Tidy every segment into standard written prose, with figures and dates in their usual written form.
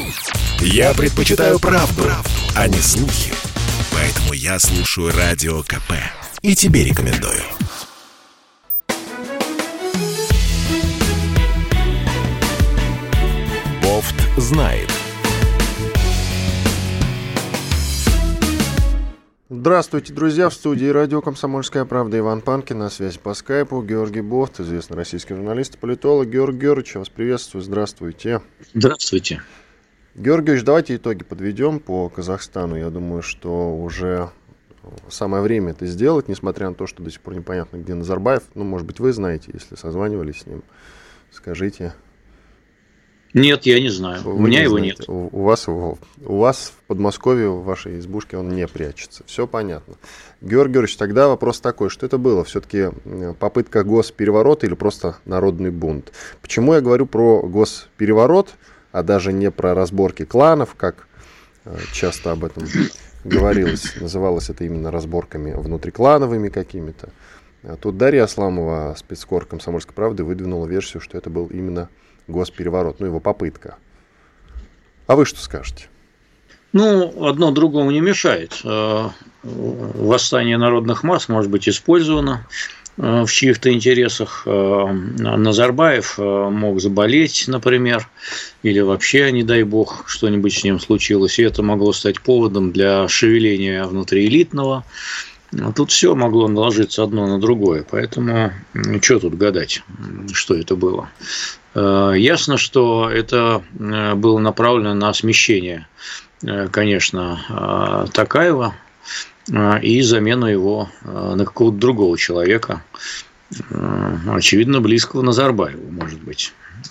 Я предпочитаю правду, а не слухи. Поэтому я слушаю Радио КП. И тебе рекомендую. Бофт знает. Здравствуйте, друзья! В студии радио «Комсомольская правда» Иван Панкин. На связи по скайпу Георгий Бофт, известный российский журналист и политолог. Георгий Георгиевич, я вас приветствую. Здравствуйте. Здравствуйте. Георгий Георгиевич, давайте итоги подведем по Казахстану. Я думаю, что уже самое время это сделать, несмотря на то, что до сих пор непонятно, где Назарбаев. Ну, может быть, вы знаете, если созванивались с ним. Скажите. Нет, я не знаю. У меня его нет. У вас в Подмосковье, в вашей избушке он не прячется. Все понятно. Георгий Георгиевич, тогда вопрос такой. Что это было? Все-таки попытка госпереворота или просто народный бунт? Почему я говорю про госпереворот, а даже не про разборки кланов, как часто об этом говорилось? Называлось это именно разборками внутриклановыми какими-то. А тут Дарья Асламова, спецкор «Комсомольской правды», выдвинула версию, что это был именно госпереворот, его попытка. А вы что скажете? Одно другому не мешает. Восстание народных масс может быть использовано в чьих-то интересах. Назарбаев мог заболеть, например, или вообще, не дай бог, что-нибудь с ним случилось, и это могло стать поводом для шевеления внутриэлитного. Тут все могло наложиться одно на другое, поэтому что тут гадать, что это было. Ясно, что это было направлено на смещение, конечно, Токаева и замену его на какого-то другого человека, очевидно, близкого Назарбаеву, может быть,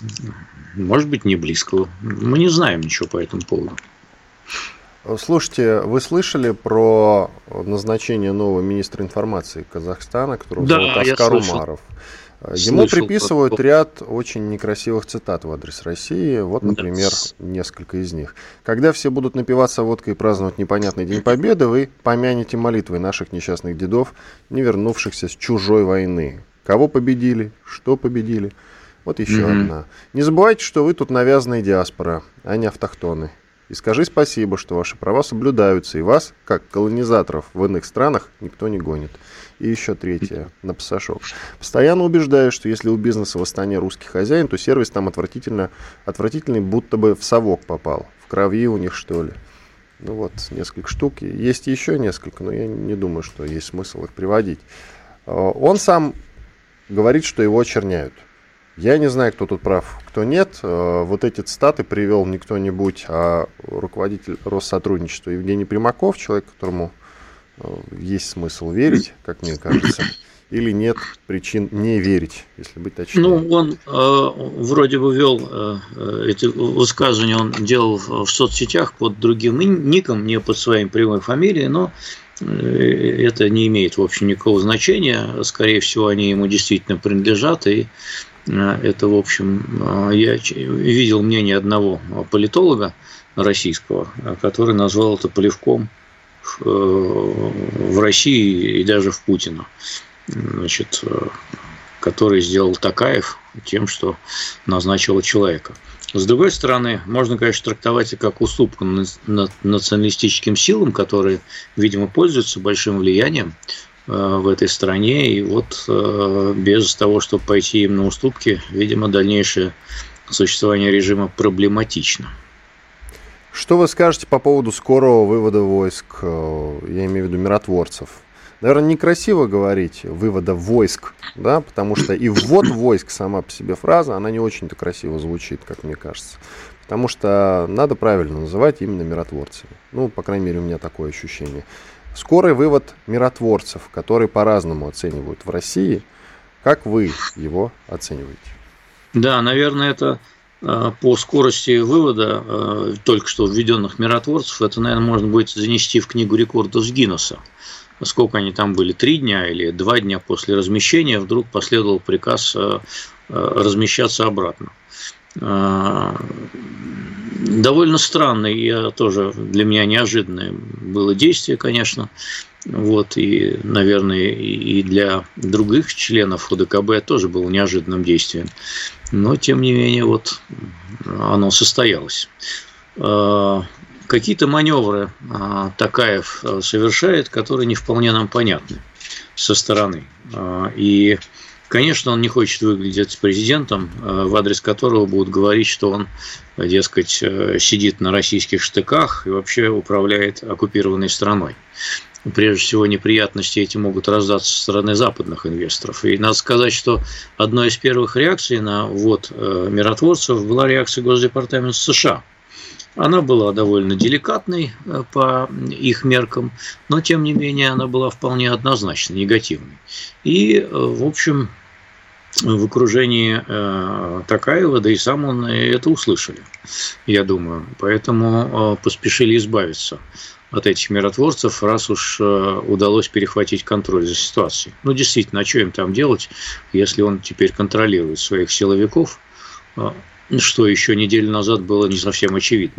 не близкого. Мы не знаем ничего по этому поводу. Слушайте, вы слышали про назначение нового министра информации Казахстана, которого зовут Аскар Умаров? Ему приписывают ряд очень некрасивых цитат в адрес России. Вот, например, несколько из них. «Когда все будут напиваться водкой и праздновать непонятный День Победы, вы помянете молитвой наших несчастных дедов, не вернувшихся с чужой войны. Кого победили? Что победили?» Вот еще одна. «Не забывайте, что вы тут навязанная диаспора, а не автохтоны. И скажи спасибо, что ваши права соблюдаются, и вас, как колонизаторов в иных странах, никто не гонит». И еще третье, на пасашок. «Постоянно убеждаю, что если у бизнеса в Астане русский хозяин, то сервис там отвратительный, будто бы в совок попал. В крови у них, что ли». Несколько штук. Есть еще несколько, но я не думаю, что есть смысл их приводить. Он сам говорит, что его очерняют. Я не знаю, кто тут прав, кто нет. Вот эти цитаты привел не кто-нибудь, а руководитель Россотрудничества Евгений Примаков, человек, которому есть смысл верить, как мне кажется, или нет причин не верить, если быть точнее. Он вроде бы вел эти высказывания, он делал в соцсетях под другим ником, не под своей прямой фамилией, но это не имеет, в общем, никакого значения. Скорее всего, они ему действительно принадлежат, и это, в общем, я видел мнение одного политолога российского, который назвал это плевком в России и даже в Путина, который сделал Токаев тем, что назначил человека. С другой стороны, можно, конечно, трактовать это как уступку националистическим силам, которые, видимо, пользуются большим влиянием в этой стране, и без того, чтобы пойти им на уступки, видимо, дальнейшее существование режима проблематично. Что вы скажете по поводу скорого вывода войск, я имею в виду миротворцев? Наверное, некрасиво говорить вывода войск, да, потому что и ввод войск, сама по себе фраза, она не очень-то красиво звучит, как мне кажется. Потому что надо правильно называть именно миротворцами. По крайней мере, у меня такое ощущение. Скорый вывод миротворцев, которые по-разному оценивают в России. Как вы его оцениваете? Да, наверное, это по скорости вывода только что введенных миротворцев, это, наверное, можно будет занести в книгу рекордов Гиннесса. Сколько они там были, 3 дня или 2 дня после размещения, вдруг последовал приказ размещаться обратно. Довольно странное, для меня неожиданное было действие, конечно. И, наверное, и для других членов ОДКБ тоже было неожиданным действием. Но, тем не менее, оно состоялось. какие-то маневры Токаев совершает, которые не вполне нам понятны со стороны. И, конечно, он не хочет выглядеть президентом, в адрес которого будут говорить, что он, дескать, сидит на российских штыках и вообще управляет оккупированной страной. Прежде всего, неприятности эти могут раздаться со стороны западных инвесторов. И надо сказать, что одной из первых реакций на ввод миротворцев была реакция Госдепартамента США. Она была довольно деликатной по их меркам, но, тем не менее, она была вполне однозначно негативной. И, в общем, в окружении Токаева, да и сам он это услышали, я думаю. Поэтому поспешили избавиться от этих миротворцев, раз уж удалось перехватить контроль за ситуацией. Ну, действительно, а что им там делать, если он теперь контролирует своих силовиков, что еще неделю назад было не совсем очевидно.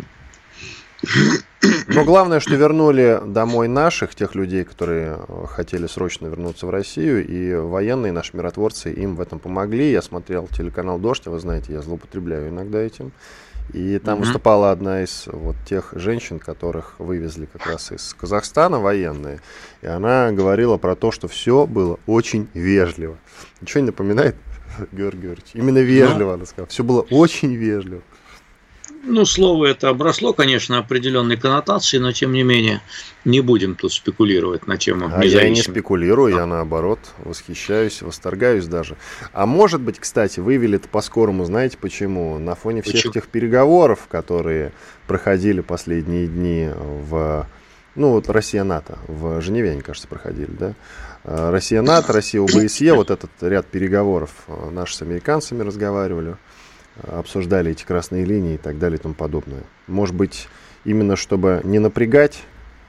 Но главное, что вернули домой наших, тех людей, которые хотели срочно вернуться в Россию, и военные наши миротворцы им в этом помогли. Я смотрел телеканал «Дождь», вы знаете, я злоупотребляю иногда этим. И там выступала одна из вот тех женщин, которых вывезли как раз из Казахстана военные. И она говорила про то, что все было очень вежливо. Ничего не напоминает, Георгий Георгиевич? Именно вежливо, она сказала. Все было очень вежливо. Ну, слово это обросло, конечно, определенной коннотацией, но, тем не менее, не будем тут спекулировать на тему независимости. Я не спекулирую, я, наоборот, восхищаюсь, восторгаюсь даже. А может быть, кстати, вывели-то по-скорому, знаете почему? На фоне всех тех переговоров, которые проходили последние дни в... Ну, вот Россия-НАТО в Женеве, они, кажется, проходили, да? Россия-НАТО, Россия-ОБСЕ, вот этот ряд переговоров наши с американцами разговаривали, обсуждали эти красные линии и так далее и тому подобное. Может быть, именно чтобы не напрягать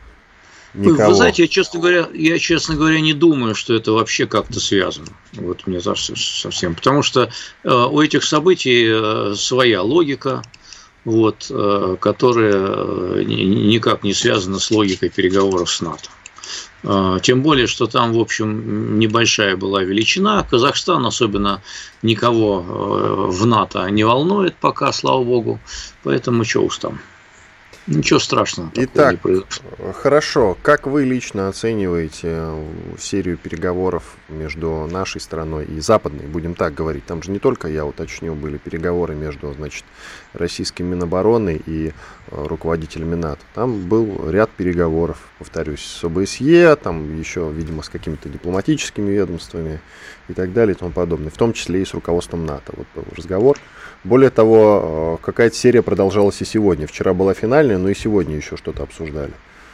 никого. Вы знаете, я, честно говоря, не думаю, что это вообще как-то связано. Вот мне совсем. Потому что у этих событий своя логика, вот, которая никак не связана с логикой переговоров с НАТО. Тем более, что там, в общем, небольшая была величина. Казахстан особенно никого в НАТО не волнует пока, слава богу. Поэтому что уж там. Ничего страшного. Итак, хорошо. Как вы лично оцениваете серию переговоров между нашей страной и западной? Будем так говорить. Там же не только, я уточню, были переговоры между, значит, российским Минобороны и руководителями НАТО. Там был ряд переговоров, повторюсь, с ОБСЕ, там еще, видимо, с какими-то дипломатическими ведомствами и так далее и тому подобное. В том числе и с руководством НАТО. Вот был разговор. Более того, какая-то серия продолжалась и сегодня. Вчера была финальная, но и сегодня еще что-то обсуждали.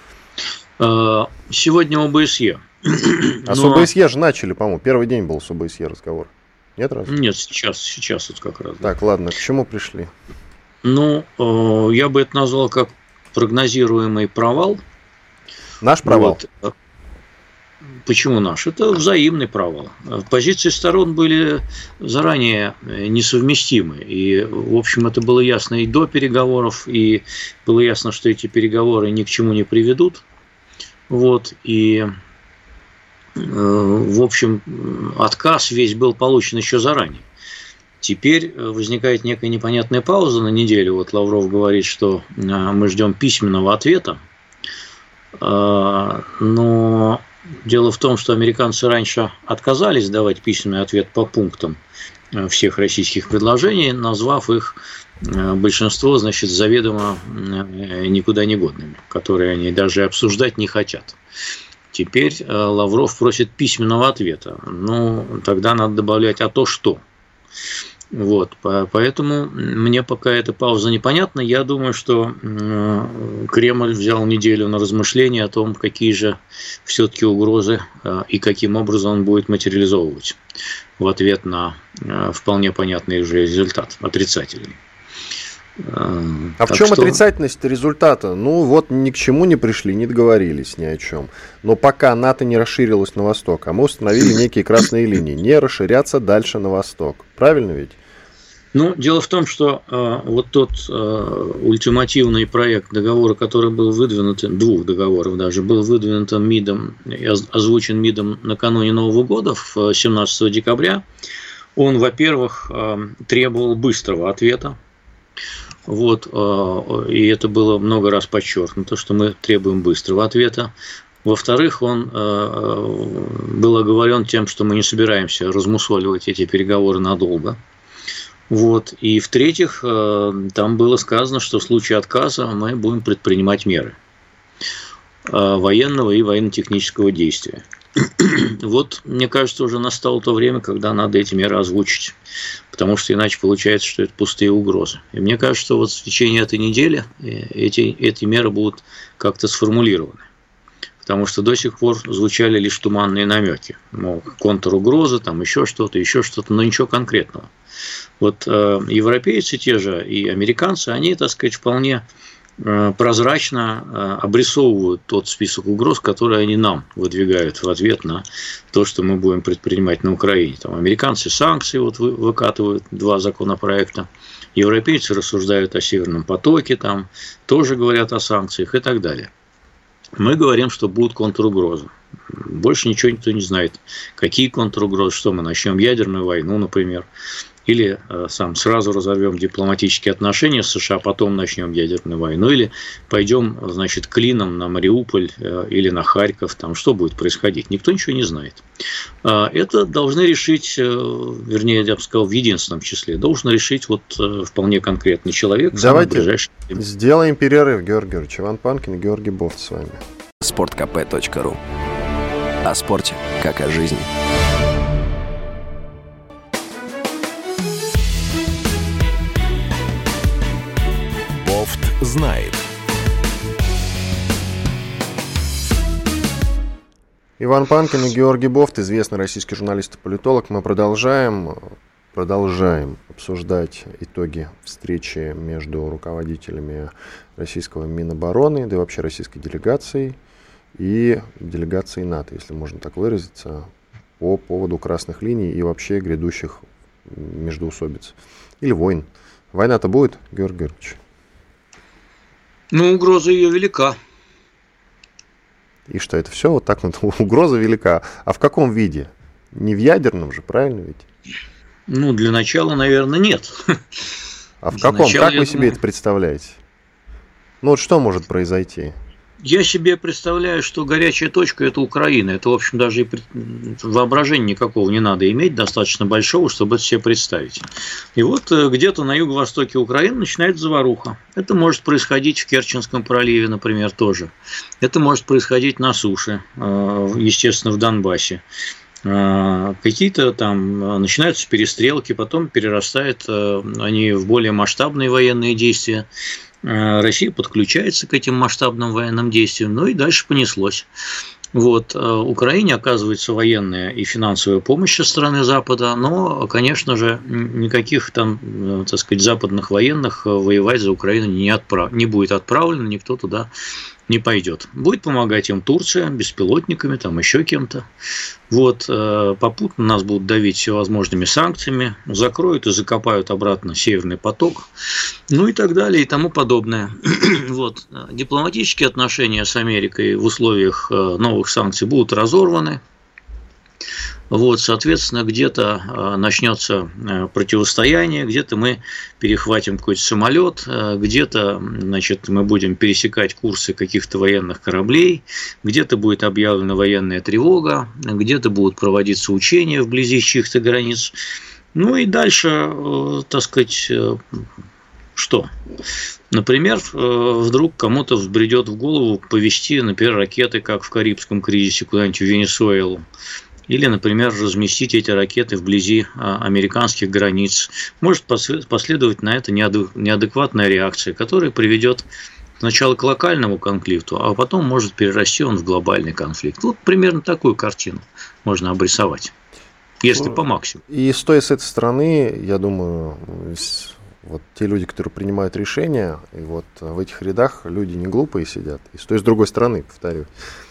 Сегодня ОБСЕ. А с ОБСЕ же начали, по-моему. Первый день был с ОБСЕ разговор. Нет, разве? Нет, сейчас вот как раз. Так, ладно, к чему пришли? Ну, я бы это назвал как прогнозируемый провал. Наш провал? Вот. Почему наш? Это взаимный провал. Позиции сторон были заранее несовместимы. И, в общем, это было ясно и до переговоров, и было ясно, что эти переговоры ни к чему не приведут. Вот. И, в общем, отказ весь был получен еще заранее. Теперь возникает некая непонятная пауза на неделю. Вот Лавров говорит, что мы ждем письменного ответа. Но дело в том, что американцы раньше отказались давать письменный ответ по пунктам всех российских предложений, назвав их большинство, значит, заведомо никуда не годными, которые они даже обсуждать не хотят. Теперь Лавров просит письменного ответа. Ну, тогда надо добавлять «а то что?». Вот, поэтому мне пока эта пауза непонятна. Я думаю, что Кремль взял неделю на размышление о том, какие же все-таки угрозы и каким образом он будет материализовывать в ответ на вполне понятный уже результат, отрицательный. А в чем отрицательность результата? Ну вот ни к чему не пришли, не договорились ни о чем. Но пока НАТО не расширилось на восток, а мы установили некие красные линии, не расширяться дальше на восток. Правильно ведь? Ну, дело в том, что вот тот ультимативный проект договора, который был выдвинут, двух договоров даже, был выдвинут МИДом и озвучен МИДом накануне Нового года, 17 декабря, он, во-первых, требовал быстрого ответа. Вот, и это было много раз подчеркнуто, что мы требуем быстрого ответа. Во-вторых, он был оговорен тем, что мы не собираемся размусоливать эти переговоры надолго. Вот. И в-третьих, там было сказано, что в случае отказа мы будем предпринимать меры военного и военно-технического действия. Вот, мне кажется, уже настало то время, когда надо эти меры озвучить, потому что иначе получается, что это пустые угрозы. И мне кажется, что вот в течение этой недели эти меры будут как-то сформулированы. Потому что до сих пор звучали лишь туманные намеки, мол, контругрозы, там еще что-то, но ничего конкретного. Вот европейцы те же и американцы, они, так сказать, вполне прозрачно обрисовывают тот список угроз, которые они нам выдвигают в ответ на то, что мы будем предпринимать на Украине. Там американцы санкции вот выкатывают 2 законопроекта, европейцы рассуждают о Северном потоке, там тоже говорят о санкциях и так далее. Мы говорим, что будут контругрозы. Больше ничего никто не знает. Какие контругрозы, что мы начнем ядерную войну, например, или сразу разорвем дипломатические отношения с США, потом начнем ядерную войну, или пойдем, значит, клином на Мариуполь или на Харьков, там что будет происходить, никто ничего не знает. Это должны решить, вернее, я бы сказал, в единственном числе, должен решить вот вполне конкретный человек. Давайте сделаем перерыв, Георгий Георгиевич. Иван Панкин и Георгий Бофт с вами. sportkp.ru. О спорте, как о жизни. Бофт знает. Иван Панкин и Георгий Бофт, известный российский журналист и политолог. Мы продолжаем обсуждать итоги встречи между руководителями российского Минобороны, да и вообще российской делегацией и делегацией НАТО, если можно так выразиться, по поводу красных линий и вообще грядущих междоусобиц или войн. Война-то будет, Георгий Георгиевич? Ну, угроза ее велика. И что, это все вот так вот, угроза велика. А в каком виде? Не в ядерном же, правильно ведь? Ну, для начала, наверное, нет. А в каком? Как вы себе это представляете? Ну, вот что может произойти? Я себе представляю, что горячая точка – это Украина. Это, в общем, даже и воображения никакого не надо иметь, достаточно большого, чтобы это себе представить. И вот где-то на юго-востоке Украины начинается заваруха. Это может происходить в Керченском проливе, например, тоже. Это может происходить на суше, естественно, в Донбассе. Какие-то там начинаются перестрелки, потом перерастают они в более масштабные военные действия. Россия подключается к этим масштабным военным действиям, ну и дальше понеслось. Вот. Украине оказывается военная и финансовая помощь со стороны Запада, но, конечно же, никаких там, так сказать, западных военных воевать за Украину не будет отправлено, никто туда не пойдет. Будет помогать им Турция беспилотниками, там еще кем-то. Вот. Попутно нас будут давить всевозможными санкциями, закроют и закопают обратно Северный поток, ну и так далее и тому подобное. Вот. Дипломатические отношения с Америкой в условиях новых санкций будут разорваны. Вот, соответственно, где-то начнется противостояние, где-то мы перехватим какой-то самолет, где-то, значит, мы будем пересекать курсы каких-то военных кораблей, где-то будет объявлена военная тревога, где-то будут проводиться учения вблизи чьих-то границ. Ну и дальше, так сказать, что? Например, вдруг кому-то взбредет в голову повезти, например, ракеты, как в Карибском кризисе, куда-нибудь в Венесуэлу. Или, например, разместить эти ракеты вблизи американских границ. Может последовать на это неадекватная реакция, которая приведет сначала к локальному конфликту, а потом может перерасти он в глобальный конфликт. Вот примерно такую картину можно обрисовать, если по максимуму. И стоя с этой стороны, я думаю, вот те люди, которые принимают решения, и вот в этих рядах люди не глупые сидят. И стоя с другой стороны, повторю,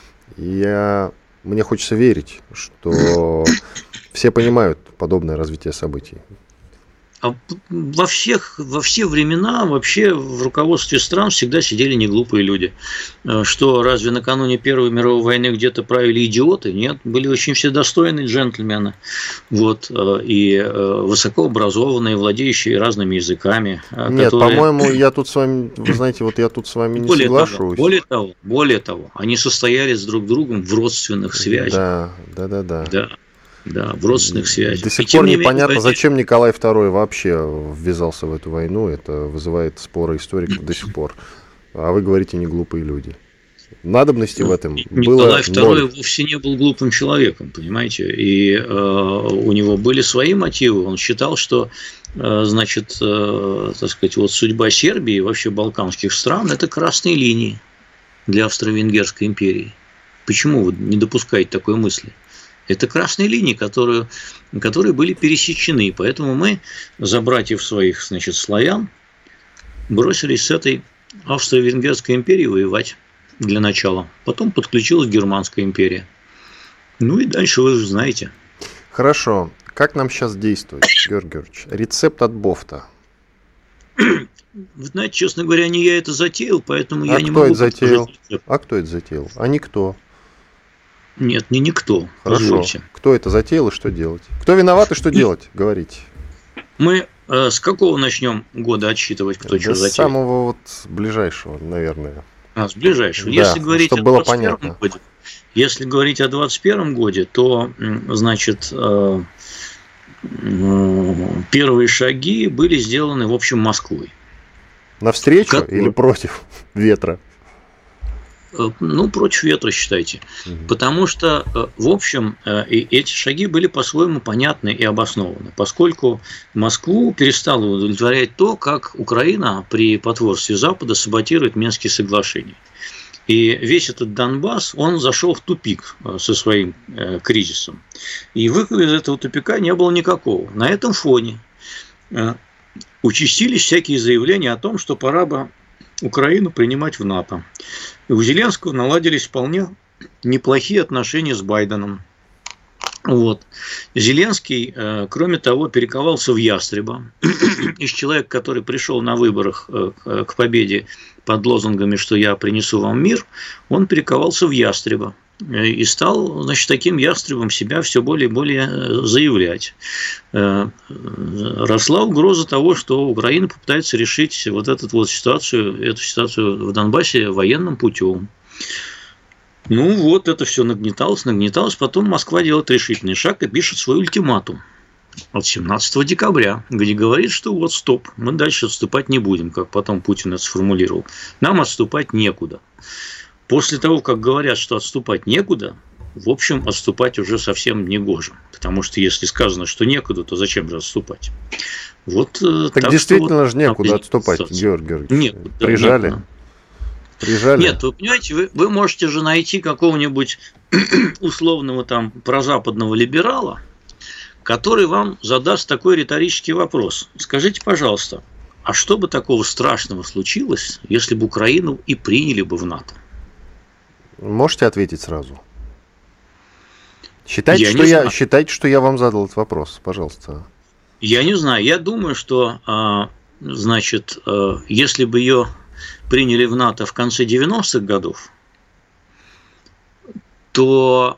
мне хочется верить, что все понимают подобное развитие событий. во все времена вообще в руководстве стран всегда сидели неглупые люди. Что, разве накануне Первой мировой войны где-то правили идиоты? Нет, были очень все достойные джентльмены, вот, и высокообразованные, владеющие разными языками. Нет, по-моему, я тут с вами, вы знаете, вот я тут с вами не соглашусь. Более того, они состояли с друг другом в родственных связях. Да, в родственных связях. До сих пор непонятно, зачем Николай II вообще ввязался в эту войну. Это вызывает споры историков до сих пор. А вы говорите, не глупые люди. Надобности в этом было Николай II вовсе не был глупым человеком, понимаете. И у него были свои мотивы. Он считал, что, значит, так сказать, вот судьба Сербии и вообще балканских стран – это красные линии для Австро-Венгерской империи. Почему вы не допускаете такой мысли? Это красные линии, которые были пересечены. Поэтому мы за братьев своих, значит, славян бросились с этой Австро-Венгерской империей воевать для начала. Потом подключилась Германская империя. Ну и дальше вы же знаете. Хорошо. Как нам сейчас действовать, Георгий Георгиевич? Рецепт от Бофта. Вы знаете, честно говоря, не я это затеял, поэтому я не А могу... кто это затеял? А никто. Нет, не никто. Хорошо. Позвольте. Кто это затеял и что делать? Кто виноват и что делать? Говорите. Мы с какого начнем года отсчитывать, кто что затеял? С самого вот ближайшего, наверное. С ближайшего. Да, если говорить чтобы было понятно. Если говорить о 2021 году, то, значит, первые шаги были сделаны, в общем, Москвой. Навстречу или против ветра? Ну, против ветра, считайте. Потому что, в общем, эти шаги были по-своему понятны и обоснованы, поскольку Москву перестало удовлетворять то, как Украина при потворстве Запада саботирует Минские соглашения. И весь этот Донбасс, он зашел в тупик со своим кризисом. И выхода из этого тупика не было никакого. На этом фоне участились всякие заявления о том, что пора бы Украину принимать в НАТО. И у Зеленского наладились вполне неплохие отношения с Байденом. Вот. Зеленский, кроме того, перековался в ястреба. Из человека, который пришел на выборах к победе под лозунгами, что я принесу вам мир, он перековался в ястреба. И стал, значит, таким ястребом себя все более и более заявлять. Росла угроза того, что Украина попытается решить вот эту ситуацию в Донбассе военным путем. Ну вот, это все нагнеталось. Потом Москва делает решительный шаг и пишет свой ультиматум от 17 декабря, где говорит, что вот стоп, мы дальше отступать не будем, как потом Путин это сформулировал. Нам отступать некуда. После того, как говорят, что отступать некуда, в общем, отступать уже совсем не гоже. Потому что если сказано, что некуда, то зачем же отступать? Вот, так действительно же некуда отступать, Георгий Георгиевич. Прижали. Нет, вы понимаете, вы можете же найти какого-нибудь условного там прозападного либерала, который вам задаст такой риторический вопрос. Скажите, пожалуйста, а что бы такого страшного случилось, если бы Украину и приняли бы в НАТО? Можете ответить сразу? Считайте, что я вам задал этот вопрос, пожалуйста. Я не знаю. Я думаю, что, значит, если бы ее приняли в НАТО в конце 90-х годов, то,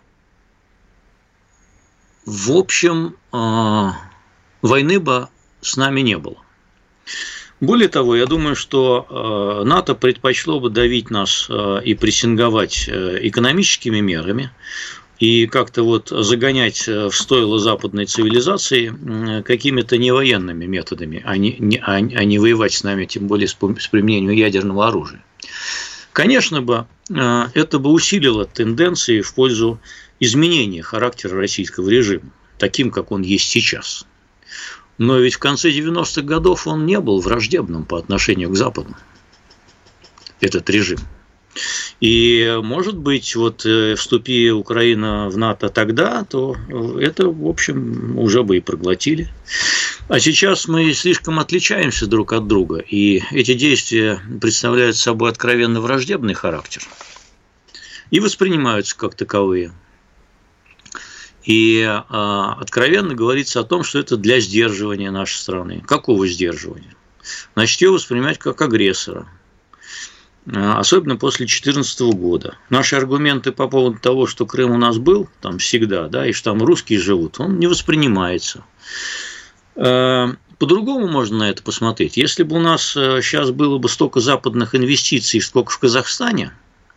в общем, войны бы с нами не было. Более того, я думаю, что НАТО предпочло бы давить нас и прессинговать экономическими мерами и как-то вот загонять в стойло западной цивилизации какими-то невоенными методами, а не воевать с нами, тем более с применением ядерного оружия. Конечно бы, это бы усилило тенденции в пользу изменения характера российского режима, таким, как он есть сейчас. Но ведь в конце 90-х годов он не был враждебным по отношению к Западу, этот режим. И, может быть, вот вступи Украина в НАТО тогда, то это, в общем, уже бы и проглотили. А сейчас мы слишком отличаемся друг от друга, и эти действия представляют собой откровенно враждебный характер и воспринимаются как таковые. И откровенно говорится о том, что это для сдерживания нашей страны. Какого сдерживания? Значит, ее воспринимать как агрессора. Особенно после 2014 года. Наши аргументы по поводу того, что Крым у нас был там всегда, да, и что там русские живут, он не воспринимается. По-другому можно на это посмотреть. Если бы у нас сейчас было бы столько западных инвестиций, сколько в Казахстане.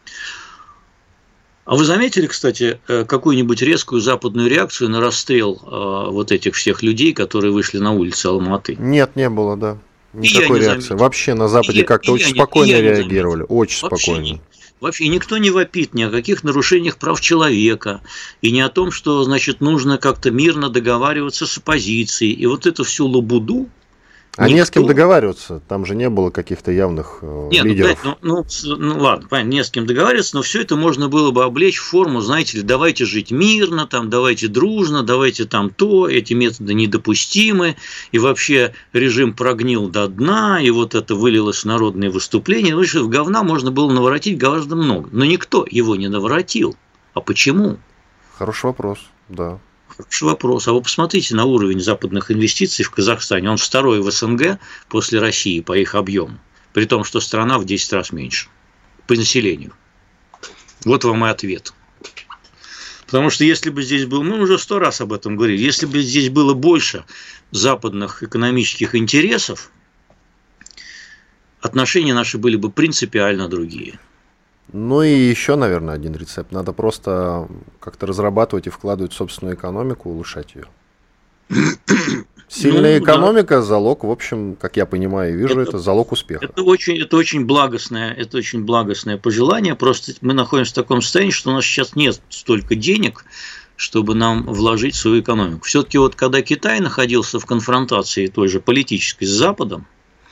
А вы заметили, кстати, какую-нибудь резкую западную реакцию на расстрел вот этих всех людей, которые вышли на улицы Алматы? Нет, не было, да. Никакой реакции. Вообще на Западе как-то очень спокойно реагировали. Очень спокойно. Вообще никто не вопит ни о каких нарушениях прав человека и ни о том, что, значит, нужно как-то мирно договариваться с оппозицией. И вот эту всю лабуду. А не с кем договариваться, там же не было каких-то явных лидеров. Ну ладно, понятно, не с кем договариваться, но все это можно было бы облечь в форму, знаете ли, давайте жить мирно, там, давайте дружно, давайте там то, эти методы недопустимы, и вообще режим прогнил до дна, и вот это вылилось в народные выступления. Ну, в говна можно было наворотить гораздо много, но никто его не наворотил. А почему? Хороший вопрос, да. Хороший вопрос. А вы посмотрите на уровень западных инвестиций в Казахстане. Он второй в СНГ после России по их объему. При том, что страна в 10 раз меньше по населению. Вот вам и ответ. Потому что если бы здесь был, мы уже 100 раз об этом говорили, если бы здесь было больше западных экономических интересов, отношения наши были бы принципиально другие. Ну и еще, наверное, один рецепт. Надо просто как-то разрабатывать и вкладывать в собственную экономику, улучшать ее. Сильная экономика – залог, в общем, как я понимаю и вижу, это залог успеха. Это очень благостное пожелание. Просто мы находимся в таком состоянии, что у нас сейчас нет столько денег, чтобы нам вложить в свою экономику. Все-таки вот когда Китай находился в конфронтации той же политической с Западом,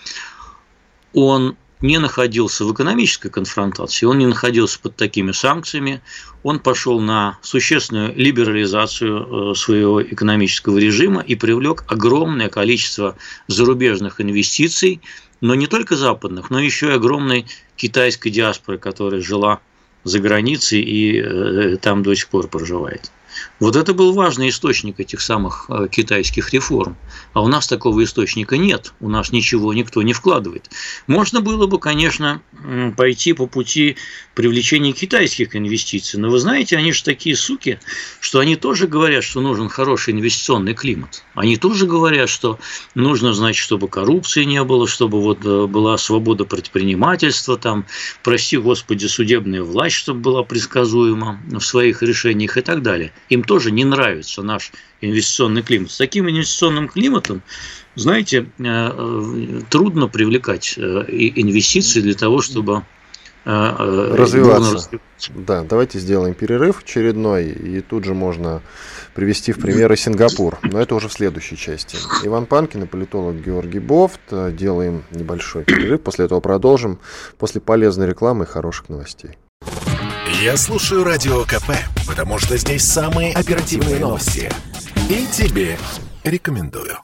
он не находился в экономической конфронтации, он не находился под такими санкциями, он пошел на существенную либерализацию своего экономического режима и привлек огромное количество зарубежных инвестиций, но не только западных, но еще и огромной китайской диаспоры, которая жила за границей и там до сих пор проживает. Вот это был важный источник этих самых китайских реформ. А у нас такого источника нет. У нас ничего никто не вкладывает. Можно было бы, конечно, пойти по пути привлечения китайских инвестиций. Но вы знаете, они же такие суки, что они тоже говорят, что нужен хороший инвестиционный климат. Они тоже говорят, что нужно, значит, чтобы коррупции не было, чтобы вот была свобода предпринимательства, там, прости господи, судебная власть, чтобы была предсказуема в своих решениях и так далее. Им тоже не нравится наш инвестиционный климат. С таким инвестиционным климатом, знаете, трудно привлекать инвестиции для того, чтобы развиваться. Да, давайте сделаем перерыв очередной, и тут же можно привести в пример и Сингапур, но это уже в следующей части. Иван Панкин и политолог Георгий Бофт. Делаем небольшой перерыв, после этого продолжим, после полезной рекламы и хороших новостей. Я слушаю Радио КП, потому что здесь самые оперативные новости. И тебе рекомендую.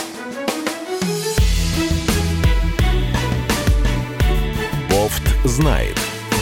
Бофт знает.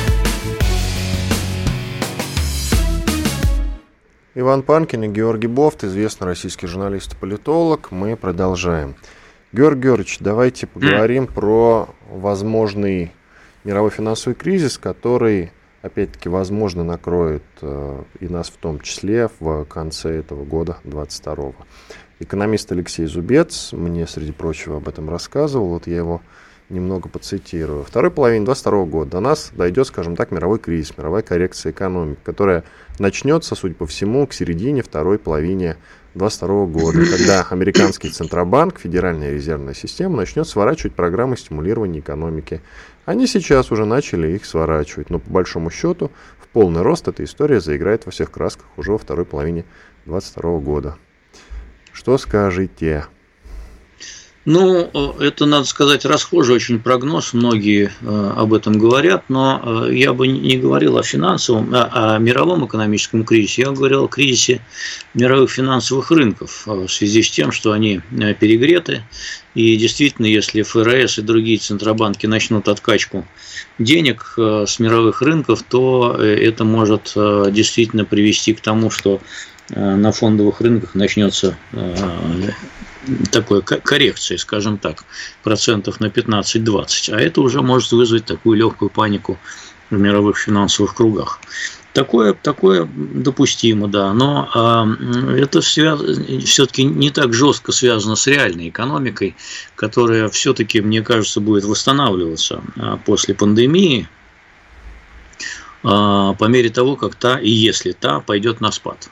Иван Панкин и Георгий Бофт, известный российский журналист и политолог. Мы продолжаем. Георгий Георгиевич, давайте поговорим про возможный мировой финансовый кризис, который, опять-таки, возможно, накроет и нас в том числе в конце этого года, 22-го. Экономист Алексей Зубец мне, среди прочего, об этом рассказывал. Вот я его немного процитирую. Во второй половине 22 года до нас дойдет, скажем так, мировой кризис, мировая коррекция экономики, которая начнется, судя по всему, к середине второй половине 22 года, когда американский Центробанк, Федеральная резервная система, начнет сворачивать программы стимулирования экономики. Они сейчас уже начали их сворачивать, но по большому счету в полный рост эта история заиграет во всех красках уже во второй половине 22 года. Что скажете? Ну, это, надо сказать, расхожий очень прогноз, многие об этом говорят, но я бы не говорил о финансовом, о мировом экономическом кризисе, я говорил о кризисе мировых финансовых рынков в связи с тем, что они перегреты, и действительно, если ФРС и другие центробанки начнут откачку денег с мировых рынков, то это может действительно привести к тому, что на фондовых рынках начнется такой коррекции, скажем так, процентов на 15-20, а это уже может вызвать такую легкую панику в мировых финансовых кругах. Такое допустимо, да, но это все-таки не так жестко связано с реальной экономикой, которая все-таки, мне кажется, будет восстанавливаться после пандемии по мере того, как та, и если та, пойдет на спад.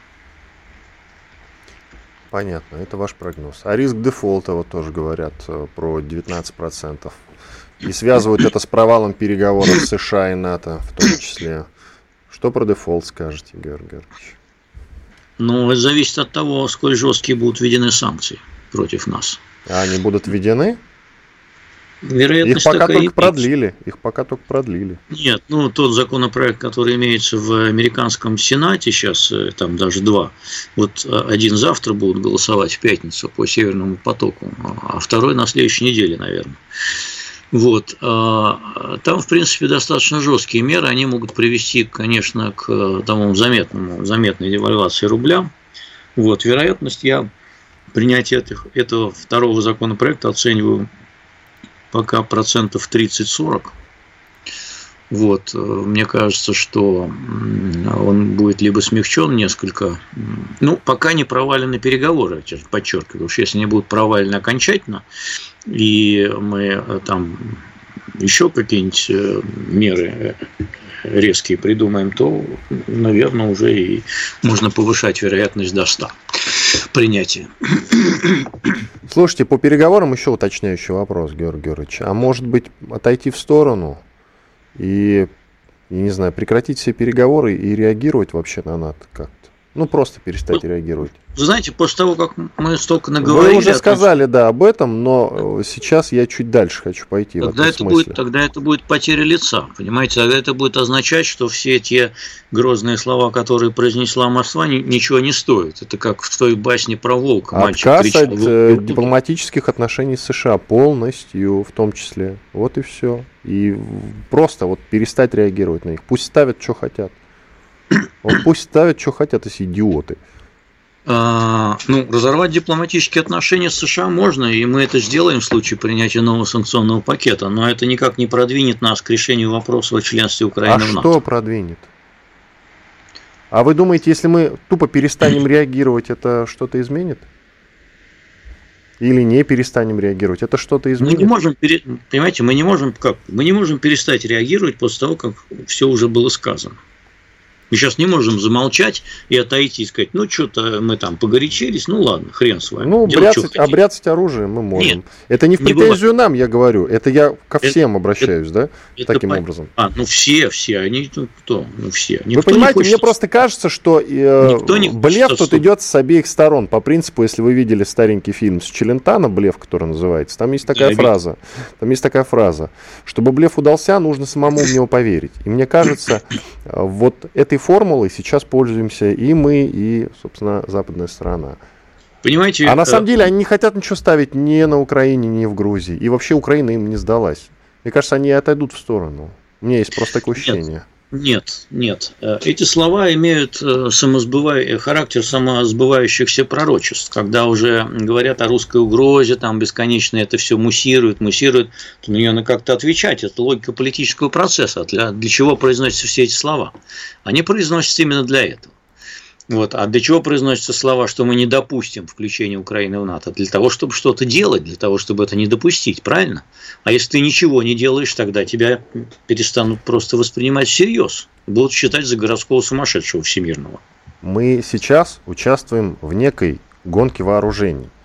Понятно, это ваш прогноз. А риск дефолта, вот тоже говорят про 19%. И связывают это с провалом переговоров с США и НАТО в том числе. Что про дефолт скажете, Георгий Георгиевич? Ну, это зависит от того, сколь жесткие будут введены санкции против нас. А они будут введены? Вероятность их пока только продлили. Нет, ну тот законопроект, который имеется в американском Сенате сейчас, там даже два, вот один завтра будут голосовать в пятницу по Северному потоку, а второй на следующей неделе, наверное. Вот. Там, в принципе, достаточно жесткие меры, они могут привести, конечно, к тому заметной девальвации рубля. Вот. Вероятность я принятия этого второго законопроекта оцениваю пока процентов 30-40. Вот. Мне кажется, что он будет либо смягчен несколько, ну, пока не провалены переговоры, подчеркиваю, потому что если они будут провалены окончательно, и мы там еще какие-нибудь меры резкие придумаем, то, наверное, уже и можно повышать вероятность до 100 принятия. Слушайте, по переговорам еще уточняющий вопрос, Георгий Георгиевич. А может быть, отойти в сторону и, я не знаю, прекратить все переговоры и реагировать вообще на НАТО как-то? Ну, просто перестать реагировать. Вы знаете, после того, как мы столько наговорили... Вы уже сказали, да, об этом, но сейчас я чуть дальше хочу пойти. Тогда это будет потеря лица, понимаете? Тогда это будет означать, что все те грозные слова, которые произнесла Москва, ничего не стоят. Это как в той басне про волка. Отказ от дипломатических отношений с США полностью, в том числе. Вот и все. И просто вот перестать реагировать на них. Пусть ставят, что хотят. Пусть ставят, что хотят, эти идиоты. Разорвать дипломатические отношения с США можно, и мы это сделаем в случае принятия нового санкционного пакета, но это никак не продвинет нас к решению вопроса о членстве Украины в НАТО. А что продвинет? А вы думаете, если мы тупо перестанем реагировать, это что-то изменит? Или не перестанем реагировать, это что-то изменит? Понимаете, мы не можем перестать реагировать после того, как все уже было сказано. Мы сейчас не можем замолчать и отойти и сказать, ну, что-то мы там погорячились, ну, ладно, хрен с вами. Ну, бряцать оружием мы можем. Нет, это не в претензию нам, я говорю, это я ко всем обращаюсь, да, таким образом. Все, они, кто? Все. Вы понимаете, мне просто кажется, что блеф тут идет с обеих сторон. По принципу, если вы видели старенький фильм с Челентано, «Блеф», который называется, там есть такая фраза. Чтобы блеф удался, нужно самому в него поверить. И мне кажется, вот этой формулой сейчас пользуемся и мы, и, собственно, западная сторона. Понимаете? А на самом деле они не хотят ничего ставить ни на Украине, ни в Грузии. И вообще Украина им не сдалась. Мне кажется, они отойдут в сторону. У меня есть просто такое ощущение. Нет. Эти слова имеют характер самосбывающихся пророчеств. Когда уже говорят о русской угрозе, там бесконечно это все муссирует, то на нее надо как-то отвечать. Это логика политического процесса. Для чего произносятся все эти слова? Они произносятся именно для этого. Вот. А для чего произносятся слова, что мы не допустим включения Украины в НАТО? Для того, чтобы что-то делать, для того, чтобы это не допустить, правильно? А если ты ничего не делаешь, тогда тебя перестанут просто воспринимать всерьез. Будут считать за городского сумасшедшего всемирного. Мы сейчас участвуем в некой гонке вооружений.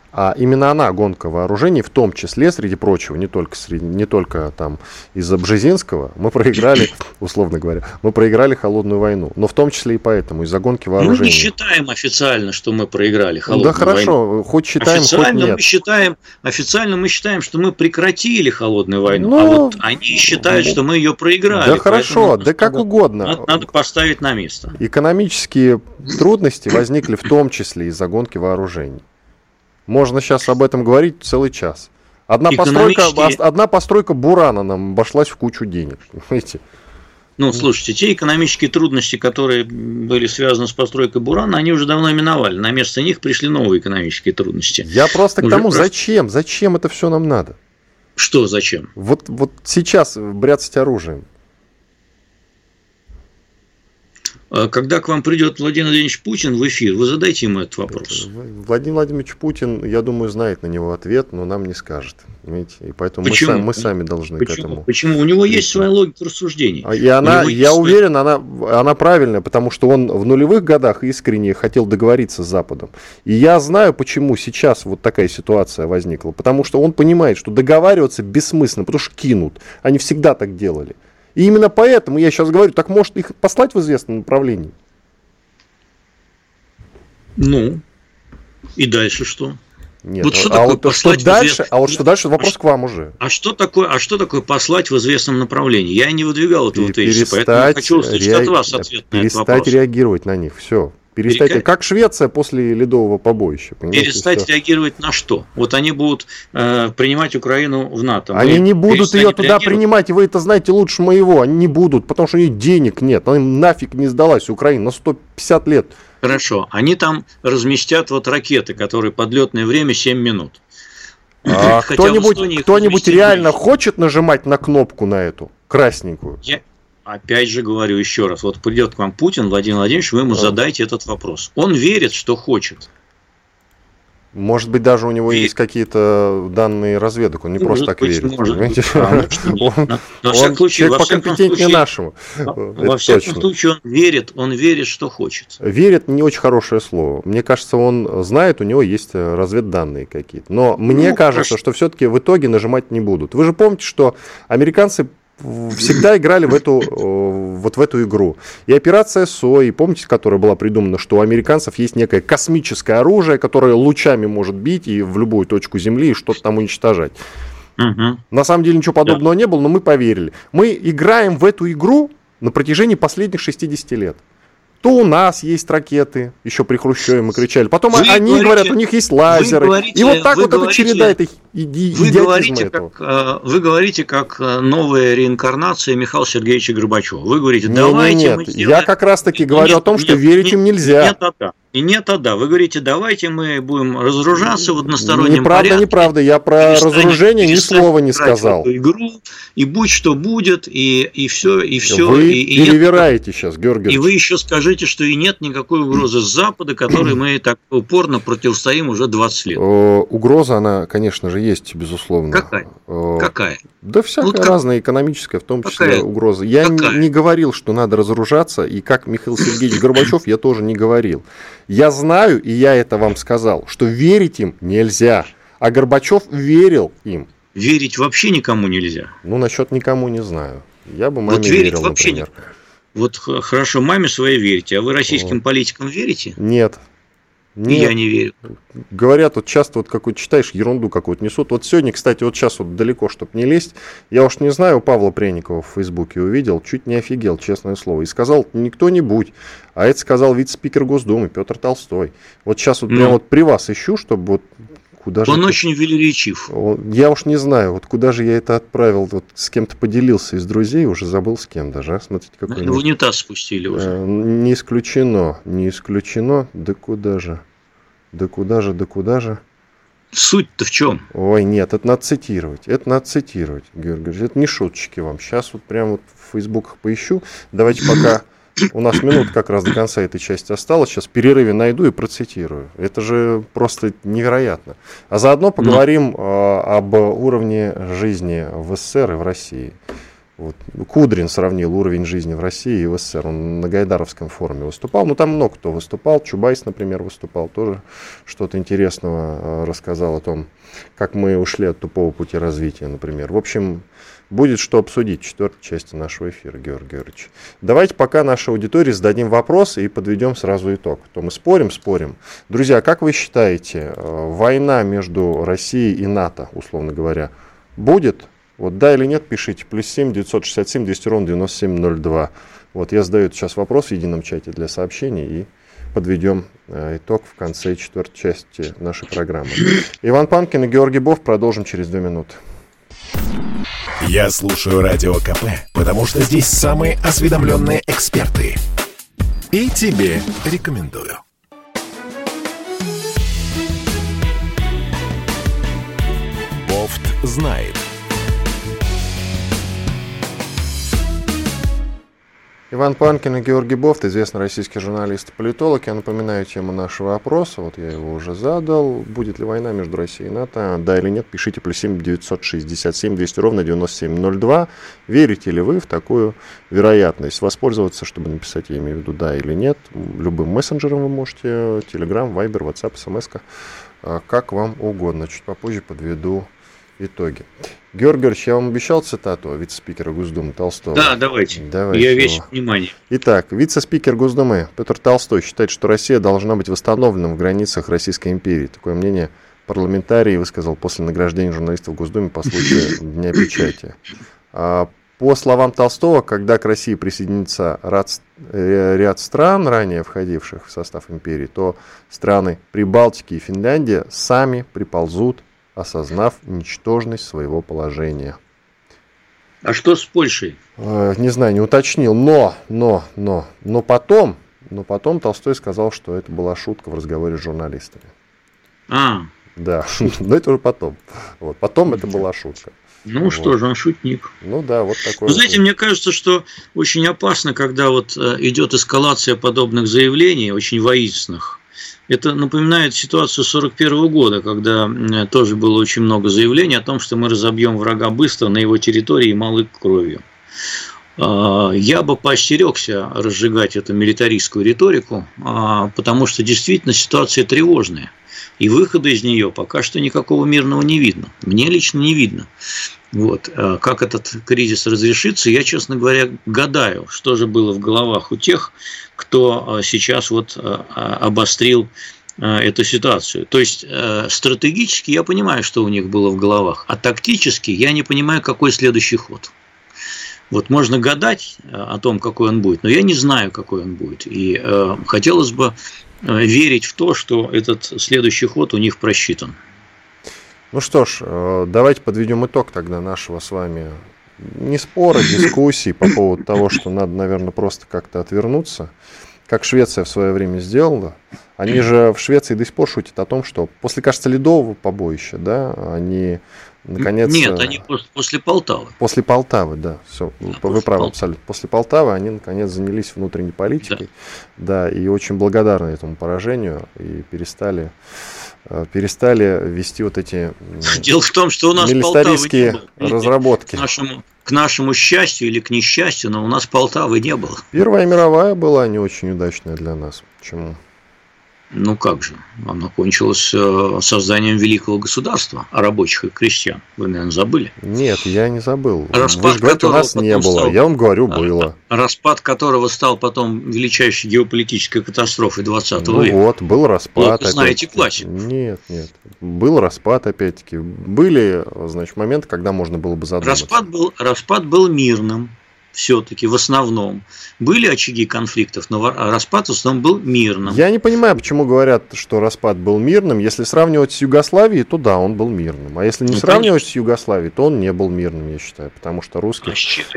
А именно она, гонка вооружений, в том числе, среди прочего, не только там из-за Бжезинского, мы проиграли, условно говоря, мы проиграли холодную войну. Но в том числе и поэтому, из-за гонки вооружений. Мы не считаем официально, что мы проиграли холодную войну. Да хорошо, хоть считаем, хоть нет. Официально мы считаем, что мы прекратили холодную войну, а вот они считают, что мы ее проиграли. Да хорошо, да как угодно. Надо поставить на место. Экономические трудности возникли в том числе из-за гонки вооружений. Можно сейчас об этом говорить целый час. Одна постройка Бурана нам обошлась в кучу денег. Понимаете? Ну, слушайте, те экономические трудности, которые были связаны с постройкой Бурана, они уже давно миновали. На место них пришли новые экономические трудности. Я просто к тому, зачем? Зачем это все нам надо? Что зачем? Вот сейчас бряцать оружием. Когда к вам придет Владимир Владимирович Путин в эфир, вы задайте ему этот вопрос. Владимир Владимирович Путин, я думаю, знает на него ответ, но нам не скажет. Понимаете? И поэтому мы сами должны к этому. Почему? У него есть своя логика рассуждений. И я уверен, она правильная, потому что он в нулевых годах искренне хотел договориться с Западом. И я знаю, почему сейчас вот такая ситуация возникла. Потому что он понимает, что договариваться бессмысленно, потому что кинут. Они всегда так делали. И именно поэтому я сейчас говорю, так может их послать в известном направлении? Ну, и дальше что? Нет, вот что дальше, вопрос к вам уже. А что такое послать в известном направлении? Я не выдвигал этого тезиса, поэтому я хочу услышать от вас ответ на этот вопрос. Перестать реагировать на них, все. Как Швеция после ледового побоища. Перестать реагировать на что? Вот они будут принимать Украину в НАТО. Они не будут ее туда принимать, и вы это знаете лучше моего. Они не будут, потому что у них денег нет. Она им нафиг не сдалась, Украина, на 150 лет. Хорошо. Они там разместят вот ракеты, которые подлетное время 7 минут. Кто-нибудь реально хочет нажимать на кнопку на эту красненькую? Опять же говорю еще раз, вот придет к вам Путин, Владимир Владимирович, вы ему задайте этот вопрос. Он верит, что хочет. Может быть, даже у него есть какие-то данные разведок, он не просто так верит. Он человек покомпетентнее нашего. Во всяком случае, он верит, что хочет. Верит не очень хорошее слово. Мне кажется, он знает, у него есть разведданные какие-то. Но мне кажется, что все-таки в итоге нажимать не будут. Вы же помните, что американцы всегда играли в эту игру. И операция Сой, помните, которая была придумана, что у американцев есть некое космическое оружие, которое лучами может бить и в любую точку Земли и что-то там уничтожать. На самом деле ничего подобного не было, но мы поверили. Мы играем в эту игру на протяжении последних 60 лет. То у нас есть ракеты, еще при Хрущеве мы кричали. Потом они говорят, у них есть лазеры. И вот так вот эта череда этой идиотизма этого. Вы говорите, как новая реинкарнация Михаила Сергеевича Горбачева. Вы говорите, давайте мы сделаем... Я как раз таки говорю о том, что верить им нельзя. Вы говорите, давайте мы будем разоружаться в одностороннем порядке. Неправда. Я про разоружение ни слова не сказал. Игру, и будь что будет, и все. Вы перевираете сейчас, Георгий. И вы еще скажите, что и нет никакой угрозы с Запада, которой мы так упорно противостоим уже 20 лет. Угроза, она, конечно же, есть, безусловно. Какая? Да всякая разная, экономическая, в том числе угроза. Я не говорил, что надо разоружаться, и как Михаил Сергеевич Горбачев, я тоже не говорил. Я знаю, и я это вам сказал, что верить им нельзя. А Горбачев верил им. Верить вообще никому нельзя. Ну, насчет никому не знаю. Я бы маме верил, например. Вот хорошо, маме своей верите, а вы российским политикам верите? Нет. Я не верю. Говорят, вот часто вот какую-то читаешь, ерунду какую-то несут. Вот сегодня, кстати, вот сейчас вот далеко, чтобы не лезть, я уж не знаю, у Павла Пряникова в Фейсбуке увидел, чуть не офигел, честное слово. И сказал не кто-нибудь, а это сказал вице-спикер Госдумы Петр Толстой. Вот сейчас вот прямо вот при вас ищу, чтобы вот куда же... Он очень велеречив. Я уж не знаю, вот куда же я это отправил, вот с кем-то поделился из друзей, уже забыл с кем даже. А? Смотрите, какой... В унитаз спустили уже. Не исключено. Да куда же? Да куда же? Суть-то в чем? Ой, нет, это надо цитировать, Георгий Георгиевич, это не шуточки вам. Сейчас вот прям вот в фейсбуках поищу. Давайте пока у нас минут как раз до конца этой части осталось. Сейчас в перерыве найду и процитирую. Это же просто невероятно. А заодно поговорим об уровне жизни в СССР и в России. Вот. Кудрин сравнил уровень жизни в России и в СССР. Он на Гайдаровском форуме выступал. Ну, там много кто выступал. Чубайс, например, выступал. Тоже что-то интересного рассказал о том, как мы ушли от тупого пути развития, например. В общем, будет что обсудить в 4-й части нашего эфира, Георгий Георгиевич. Давайте пока нашей аудитории зададим вопросы и подведем сразу итог. То мы спорим. Друзья, как вы считаете, война между Россией и НАТО, условно говоря, будет? Вот да или нет, пишите. +7 967 200 ровно 9702. Вот я задаю сейчас вопрос в едином чате для сообщений и подведем итог в конце 4-й части нашей программы. Иван Панкин и Георгий Бофт. Продолжим через 2 минуты. Я слушаю Радио КП, потому что здесь самые осведомленные эксперты. И тебе рекомендую. Бофт знает. Иван Панкин и Георгий Бофт, известный российский журналист и политолог. Я напоминаю тему нашего опроса, вот я его уже задал. Будет ли война между Россией и НАТО? Да или нет, пишите +7 967 200 ровно 9702. Верите ли вы в такую вероятность? Воспользоваться, чтобы написать, я имею в виду, да или нет. Любым мессенджером вы можете, Telegram, Viber, WhatsApp, SMS, как вам угодно. Чуть попозже подведу итоги. Георгий Георгиевич, я вам обещал цитату вице-спикера Госдумы Толстого. Да, давайте. Я весь внимание. Итак, вице-спикер Госдумы Петр Толстой считает, что Россия должна быть восстановлена в границах Российской империи. Такое мнение парламентарий высказал после награждения журналистов в Госдуме по случаю Дня печати. По словам Толстого, когда к России присоединится ряд стран, ранее входивших в состав империи, то страны Прибалтики и Финляндия сами приползут, осознав ничтожность своего положения. А что с Польшей? Не знаю, не уточнил, но потом Толстой сказал, что это была шутка в разговоре с журналистами. Да, но это уже потом. Вот, потом это была шутка. Ну вот. Что же, он шутник. Ну да, вот такой. Вы знаете, мне кажется, что очень опасно, когда вот идет эскалация подобных заявлений, очень воинственных. Это напоминает ситуацию 1941 года, когда тоже было очень много заявлений о том, что мы разобьем врага быстро на его территории и малой кровью. Я бы поостерегся разжигать эту милитаристскую риторику, потому что действительно ситуация тревожная. И выхода из нее пока что никакого мирного не видно. Мне лично не видно. Вот. Как этот кризис разрешится, я, честно говоря, гадаю, что же было в головах у тех, кто сейчас вот обострил эту ситуацию. То есть стратегически я понимаю, что у них было в головах, а тактически я не понимаю, какой следующий ход. Вот можно гадать о том, какой он будет, но я не знаю, какой он будет. И хотелось бы верить в то, что этот следующий ход у них просчитан. Ну что ж, давайте подведем итог тогда нашего с вами не спора, дискуссии по поводу того, что надо, наверное, просто как-то отвернуться, как Швеция в свое время сделала. Они же в Швеции до сих пор шутят о том, что после, кажется, ледового побоища, да, они наконец... Нет, они после Полтавы. После Полтавы, да, все, вы правы абсолютно. После Полтавы они наконец занялись внутренней политикой, да, и очень благодарны этому поражению и перестали вести вот эти Дело в том, что у нас милитаристские разработки. К нашему счастью или к несчастью, но у нас Полтавы не было. Первая мировая была не очень удачная для нас. Почему? Ну как же, она кончилась созданием великого государства, рабочих и крестьян. Вы, наверное, забыли? Нет, я не забыл. Вы же говорите, у нас не было. Я вам говорю, было. Распад которого стал потом величайшей геополитической катастрофой 20 века. Ну вот, был распад. Вы знаете классику. Нет. Был распад, опять-таки. Были, значит, моменты, когда можно было бы задуматься. Распад был мирным. Все-таки в основном были очаги конфликтов, но распад в основном был мирным. Я не понимаю, почему говорят, что распад был мирным. Если сравнивать с Югославией, то да, он был мирным. А если не сравнивать с Югославией, то он не был мирным, я считаю. Потому что русских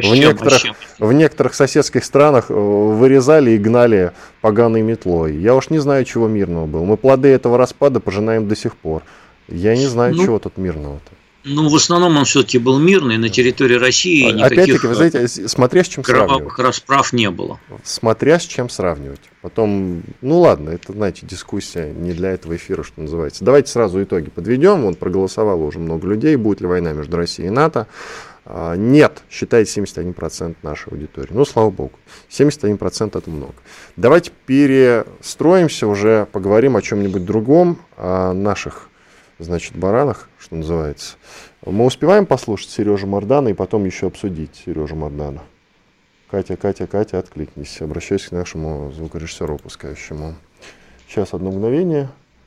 в некоторых соседских странах вырезали и гнали поганой метлой. Я уж не знаю, чего мирного было. Мы плоды этого распада пожинаем до сих пор. Я не знаю, чего тут мирного-то. Ну, в основном он все-таки был мирный, на территории России никаких вы знаете, смотря с чем кровавых расправ не было. Смотря с чем сравнивать. Потом, ну ладно, это, знаете, дискуссия не для этого эфира, что называется. Давайте сразу итоги подведем. Вот проголосовало уже много людей, будет ли война между Россией и НАТО. Нет, считает 71% нашей аудитории. Ну, слава богу, 71% это много. Давайте перестроимся, уже поговорим о чем-нибудь другом, о наших, значит, баранах, что называется. Мы успеваем послушать Сережу Мардана и потом еще обсудить Сережу Мардана? Катя, откликнись. Обращаюсь к нашему звукорежиссеру выпускающему. Сейчас, одно мгновение.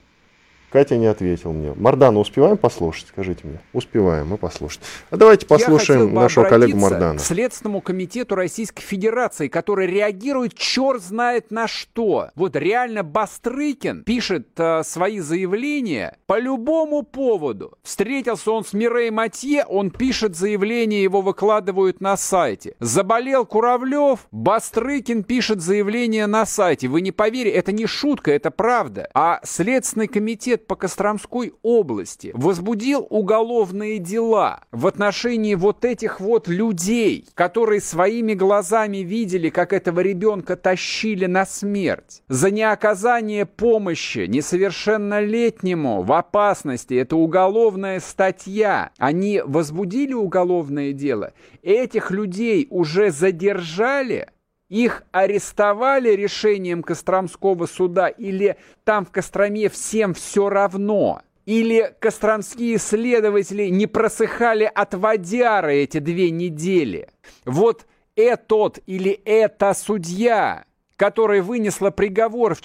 Катя не ответил мне. Мардана успеваем послушать? Скажите мне. Успеваем, мы послушаем. А давайте послушаем нашего коллегу Мардана. К Следственному комитету Российской Федерации, который реагирует черт знает на что. Вот реально Бастрыкин пишет свои заявления по любому поводу. Встретился он с Мирей Матье, он пишет заявление, его выкладывают на сайте. Заболел Куравлев, Бастрыкин пишет заявление на сайте. Вы не поверите, это не шутка, это правда. А Следственный комитет по Костромской области возбудил уголовные дела в отношении вот этих вот людей, которые своими глазами видели, как этого ребенка тащили на смерть. За неоказание помощи несовершеннолетнему в опасности, это уголовная статья. Они возбудили уголовное дело, этих людей уже задержали. Их арестовали решением Костромского суда, или там в Костроме всем все равно? Или костромские следователи не просыхали от водяры эти 2 недели? Вот этот или эта судья, которая вынесла приговор в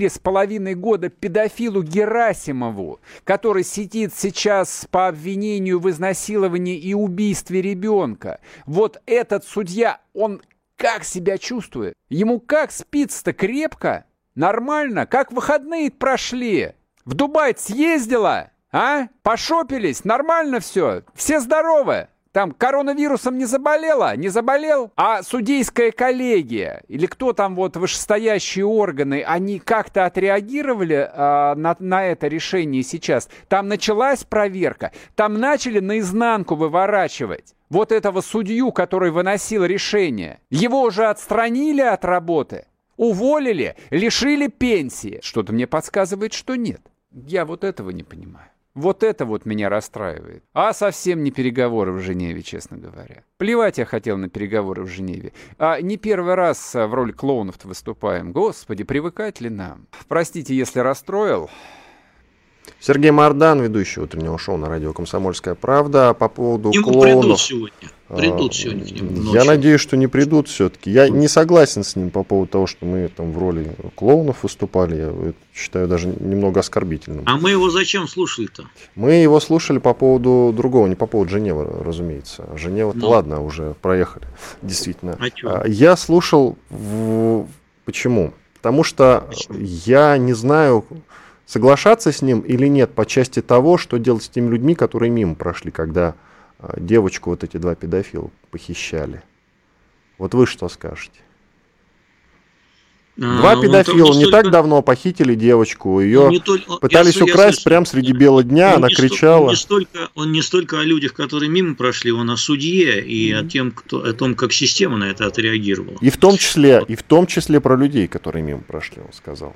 4,5 года педофилу Герасимову, который сидит сейчас по обвинению в изнасиловании и убийстве ребенка, вот этот судья, он как себя чувствует? Ему как спится-то крепко? Нормально? Как выходные прошли? В Дубай съездила? А? Пошопились? Нормально все? Все здоровы? Там коронавирусом не заболела? Не заболел? А судейская коллегия или кто там вот вышестоящие органы, они как-то отреагировали на это решение сейчас? Там началась проверка? Там начали наизнанку выворачивать вот этого судью, который выносил решение? Его уже отстранили от работы? Уволили? Лишили пенсии? Что-то мне подсказывает, что нет. Я вот этого не понимаю. Вот это вот меня расстраивает. А совсем не переговоры в Женеве, честно говоря. Плевать я хотел на переговоры в Женеве. А не первый раз в роли клоунов-то выступаем. Господи, привыкать ли нам? Простите, если расстроил. Сергей Мардан, ведущий утреннего шоу на радио «Комсомольская правда». По поводу клоунов... Придут сегодня к ним ночью. Я надеюсь, что не придут все-таки. Я не согласен с ним по поводу того, что мы там в роли клоунов выступали. Я это считаю даже немного оскорбительным. А мы его зачем слушали-то? Мы его слушали по поводу другого, не по поводу Женевы, разумеется. Женева-то ладно, уже проехали. Действительно. Я слушал... Почему? Потому что я не знаю... соглашаться с ним или нет по части того, что делать с теми людьми, которые мимо прошли, когда девочку вот эти 2 педофила похищали. Вот вы что скажете? 2 педофила не так давно похитили девочку, ее пытались украсть прямо среди бела дня, она кричала. Он не столько о людях, которые мимо прошли, он о судье и о том, как система на это отреагировала. И в том числе про людей, которые мимо прошли, он сказал.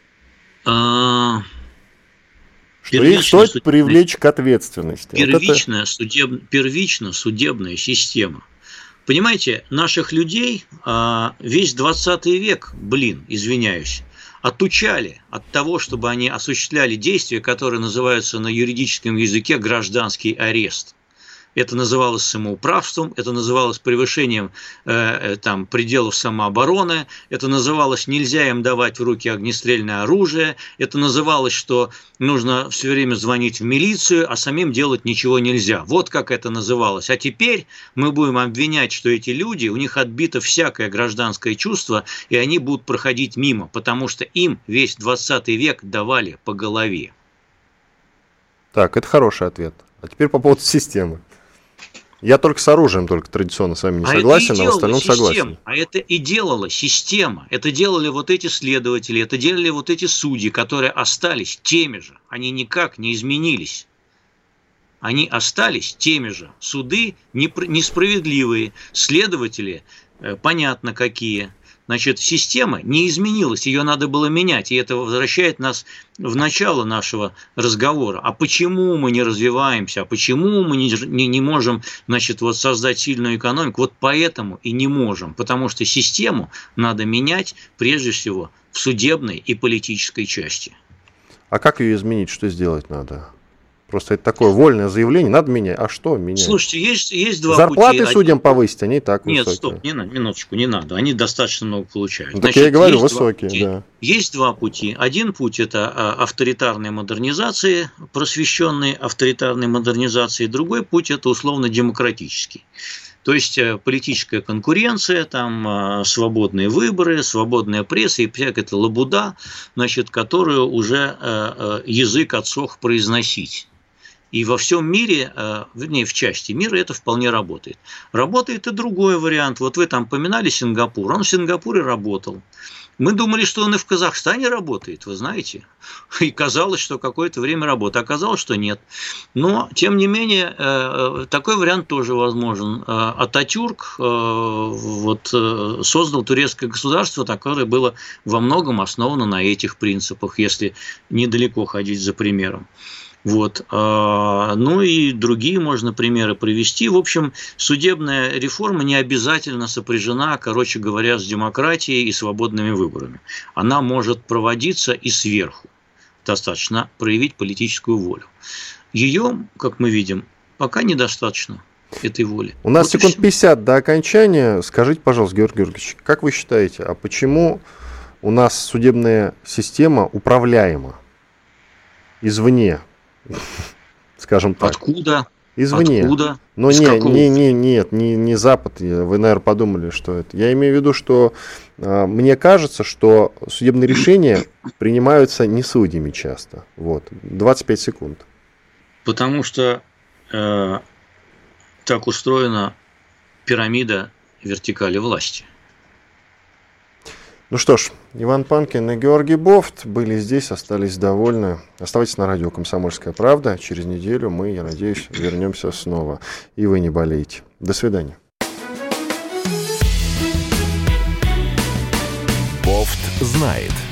Что их стоит привлечь к ответственности. Первично судебная система. Понимаете, наших людей весь 20 век, извиняюсь, отучали от того, чтобы они осуществляли действия, которые называются на юридическом языке гражданский арест. Это называлось самоуправством, это называлось превышением пределов самообороны, это называлось нельзя им давать в руки огнестрельное оружие, это называлось, что нужно все время звонить в милицию, а самим делать ничего нельзя. Вот как это называлось. А теперь мы будем обвинять, что эти люди, у них отбито всякое гражданское чувство, и они будут проходить мимо, потому что им весь 20 век давали по голове. Так, это хороший ответ. А теперь по поводу системы. Я только с оружием традиционно с вами не согласен, а в остальном согласен. А это и делала система. Это делали вот эти следователи, это делали вот эти судьи, которые остались теми же. Они никак не изменились. Они остались теми же. Суды несправедливые, следователи понятно какие. Значит, система не изменилась, ее надо было менять, и это возвращает нас в начало нашего разговора. А почему мы не развиваемся, а почему мы не можем, значит, вот создать сильную экономику? Вот поэтому и не можем, потому что систему надо менять прежде всего в судебной и политической части. А как ее изменить, что сделать надо? Просто это такое вольное заявление, надо менять. А что менять? Слушайте, есть два зарплаты пути. Судьям повысить, они и так Нет, высокие. Нет, стоп, минуточку, не надо. Они достаточно много получают. Ну, так я и говорю, высокие, да. Есть два пути. Один путь – это авторитарная модернизация, просвещенная авторитарной модернизации. Другой путь – это условно-демократический. То есть политическая конкуренция, там свободные выборы, свободная пресса и всякая эта лабуда, значит, которую уже язык отсох произносить. И во всем мире, вернее, в части мира это вполне работает. Работает и другой вариант. Вот вы там поминали Сингапур. Он в Сингапуре работал. Мы думали, что он и в Казахстане работает, вы знаете. И казалось, что какое-то время работает. Оказалось, что нет. Но, тем не менее, такой вариант тоже возможен. Ататюрк создал турецкое государство, которое было во многом основано на этих принципах, если недалеко ходить за примером. Вот. Ну и другие можно примеры привести. В общем, судебная реформа не обязательно сопряжена, короче говоря, с демократией и свободными выборами. Она может проводиться и сверху. Достаточно проявить политическую волю. Ее, как мы видим, пока недостаточно этой воли. У нас вот секунд 50 до окончания. Скажите, пожалуйста, Георгий Георгиевич, как вы считаете, а почему у нас судебная система управляема извне? Скажем так. Откуда? Извне. Откуда? Но не Запад. Вы, наверное, подумали, что это. Я имею в виду, что мне кажется, что судебные решения принимаются не судьями часто. Вот. 25 секунд. Потому что так устроена пирамида вертикали власти. Ну что ж, Иван Панкин и Георгий Бофт были здесь, остались довольны. Оставайтесь на радио «Комсомольская правда». Через неделю мы, я надеюсь, вернемся снова. И вы не болеете. До свидания. Бофт знает.